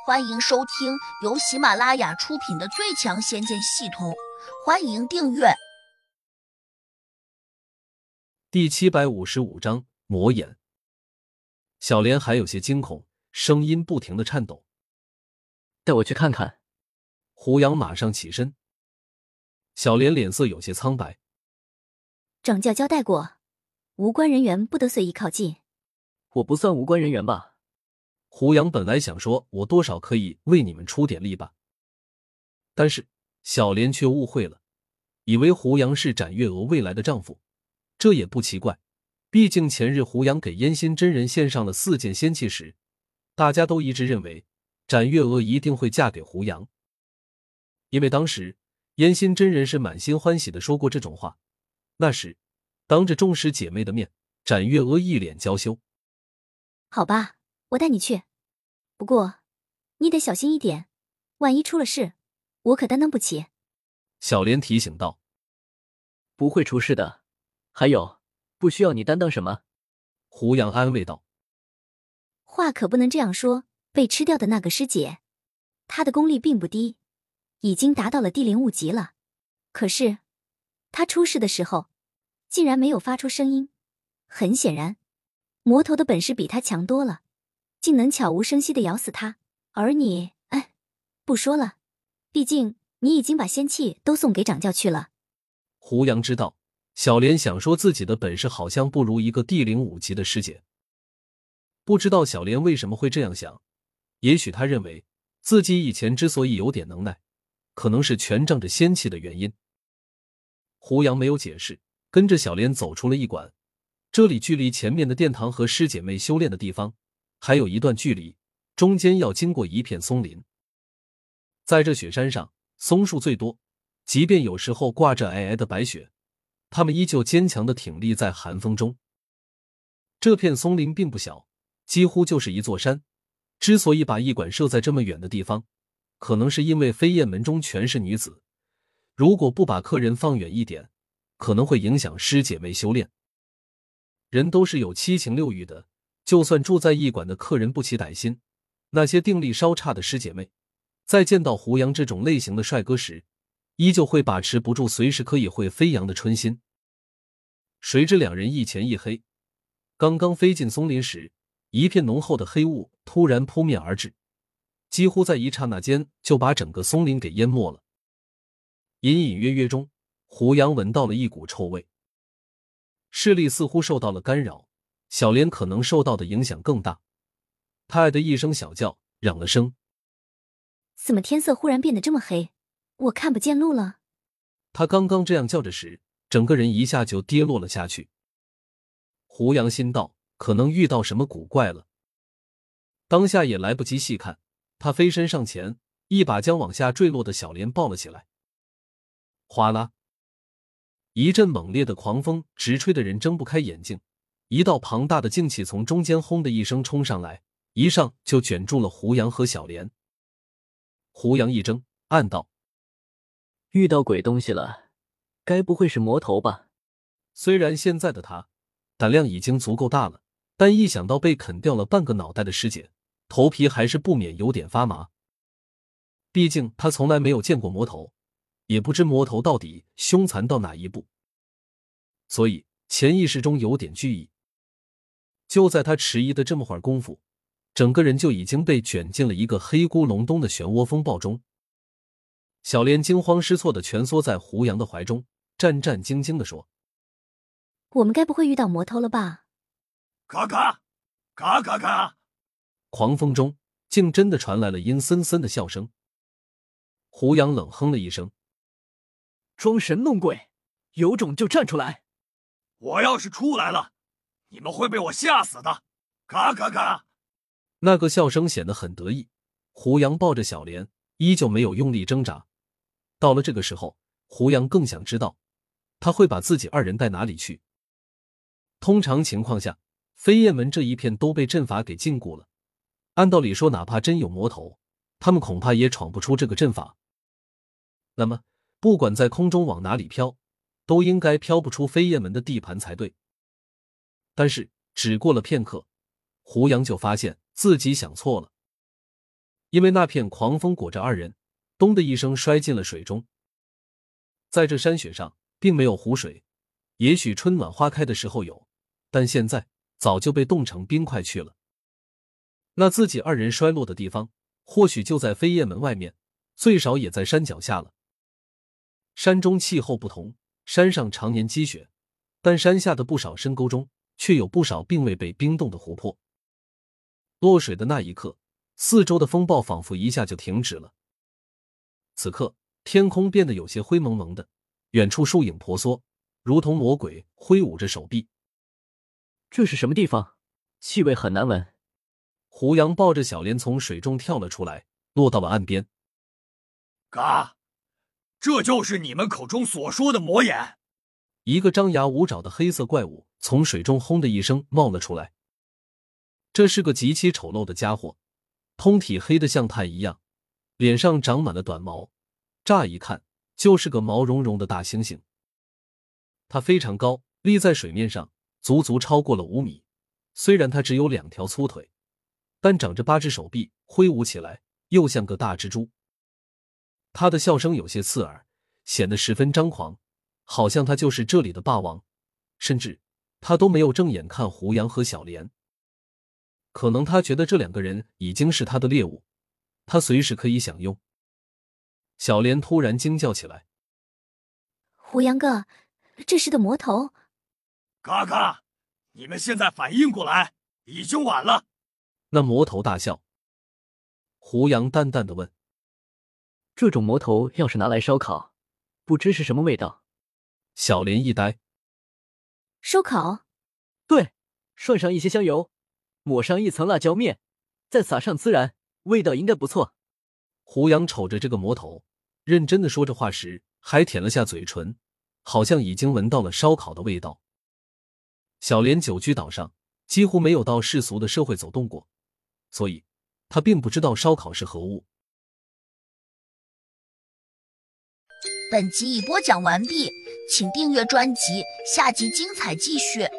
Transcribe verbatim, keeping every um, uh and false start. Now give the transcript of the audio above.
欢迎收听由喜马拉雅出品的《最强仙剑系统》，欢迎订阅。 第七百五十五章魔眼。小莲还有些惊恐，声音不停地颤抖。 带我去看看。 胡杨马上起身。小莲脸色有些苍白。 掌教交代过，无关人员不得随意靠近。 我不算无关人员吧？ 胡杨本来想说我多少可以为你们出点力吧，但是小莲却误会了，以为胡杨是展月娥未来的丈夫。这也不奇怪，毕竟前日胡杨给烟心真人献上了四件仙器时，大家都一致认为展月娥一定会嫁给胡杨。因为当时烟心真人是满心欢喜地说过这种话，那时当着众师姐妹的面，展月娥一脸娇羞。 好吧，我带你去，不过你得小心一点，万一出了事，我可担当不起。 小莲提醒道。 不会出事的，还有，不需要你担当什么。 胡杨安慰道。 话可不能这样说，被吃掉的那个师姐，她的功力并不低，已经达到了地灵五级了，可是她出事的时候竟然没有发出声音，很显然魔头的本事比她强多了，竟能悄无声息地咬死他。而你，哎，不说了，毕竟你已经把仙器都送给掌教去了。 胡杨知道小莲想说自己的本事好像不如一个地灵五级的师姐，不知道小莲为什么会这样想，也许她认为自己以前之所以有点能耐，可能是全仗着仙气的原因。胡杨没有解释，跟着小莲走出了驿馆。这里距离前面的殿堂和师姐妹修炼的地方还有一段距离，中间要经过一片松林。在这雪山上，松树最多，即便有时候挂着皑皑的白雪，它们依旧坚强地挺立在寒风中。这片松林并不小，几乎就是一座山。之所以把驿馆设在这么远的地方，可能是因为飞燕门中全是女子，如果不把客人放远一点，可能会影响师姐妹修炼。人都是有七情六欲的，就算住在驿馆的客人不起歹心，那些定力稍差的师姐妹，在见到胡杨这种类型的帅哥时，依旧会把持不住随时可以会飞扬的春心。谁知两人一前一黑，刚刚飞进松林时，一片浓厚的黑雾突然扑面而至，几乎在一刹那间就把整个松林给淹没了。隐隐约约中，胡杨闻到了一股臭味，视力似乎受到了干扰，小莲可能受到的影响更大。她哎的一声小叫，嚷了声： 怎么天色忽然变得这么黑，我看不见路了。 她刚刚这样叫着时，整个人一下就跌落了下去。胡杨心道，可能遇到什么古怪了。当下也来不及细看，他飞身上前，一把将往下坠落的小莲抱了起来。哗啦，一阵猛烈的狂风直吹得人睁不开眼睛，一道庞大的劲气从中间轰的一声冲上来，一上就卷住了胡杨和小莲。胡杨一怔，暗道： 遇到鬼东西了，该不会是魔头吧？ 虽然现在的他胆量已经足够大了，但一想到被啃掉了半个脑袋的师姐，头皮还是不免有点发麻。毕竟他从来没有见过魔头，也不知魔头到底凶残到哪一步，所以潜意识中有点惧意。就在他迟疑的这么会儿功夫，整个人就已经被卷进了一个黑咕隆咚的漩涡风暴中。小莲惊慌失措地蜷缩在胡杨的怀中，战战兢兢地说： 我们该不会遇到魔头了吧？ 嘎嘎嘎嘎嘎！ 狂风中竟真的传来了阴森森的笑声。胡杨冷哼了一声： 装神弄鬼，有种就站出来！ 我要是出来了，你们会被我吓死的！嘎嘎嘎！ 那个笑声显得很得意。胡杨抱着小莲，依旧没有用力挣扎。到了这个时候，胡杨更想知道他会把自己二人带哪里去。通常情况下，飞燕门这一片都被阵法给禁锢了，按道理说哪怕真有魔头，他们恐怕也闯不出这个阵法。那么不管在空中往哪里飘，都应该飘不出飞燕门的地盘才对。但是只过了片刻，胡杨就发现自己想错了。 因为那片狂风裹着二人，咚的一声摔进了水中。在这山雪上并没有湖水，也许春暖花开的时候有，但现在早就被冻成冰块去了。那自己二人摔落的地方，或许就在飞燕门外面，最少也在山脚下了。山中气候不同，山上常年积雪，但山下的不少深沟中却有不少并未被冰冻的湖泊。落水的那一刻，四周的风暴仿佛一下就停止了。此刻天空变得有些灰蒙蒙的，远处树影婆娑，如同魔鬼挥舞着手臂。 这是什么地方？气味很难闻。 胡杨抱着小莲从水中跳了出来，落到了岸边。 嘎，这就是你们口中所说的魔眼。 一个张牙舞爪的黑色怪物从水中轰的一声冒了出来。这是个极其丑陋的家伙，通体黑得像炭一样，脸上长满了短毛，乍一看就是个毛茸茸的大猩猩。它非常高，立在水面上足足超过了五米，虽然它只有两条粗腿，但长着八只手臂，挥舞起来又像个大蜘蛛。他的笑声有些刺耳，显得十分张狂，好像他就是这里的霸王，甚至他都没有正眼看胡杨和小莲。可能他觉得这两个人已经是他的猎物，他随时可以享用。小莲突然惊叫起来： 胡杨哥，这是的魔头！ 嘎嘎，你们现在反应过来，已经晚了。 那魔头大笑。胡杨淡淡的问： 这种魔头要是拿来烧烤，不知是什么味道？ 小莲一呆： 烧烤？ 对，涮上一些香油，抹上一层辣椒面，再撒上孜然，味道应该不错。 胡杨瞅着这个魔头，认真的说着话时还舔了下嘴唇，好像已经闻到了烧烤的味道。小莲久居岛上，几乎没有到世俗的社会走动过，所以他并不知道烧烤是何物。 本集已播讲完毕，请订阅专辑，下集精彩继续。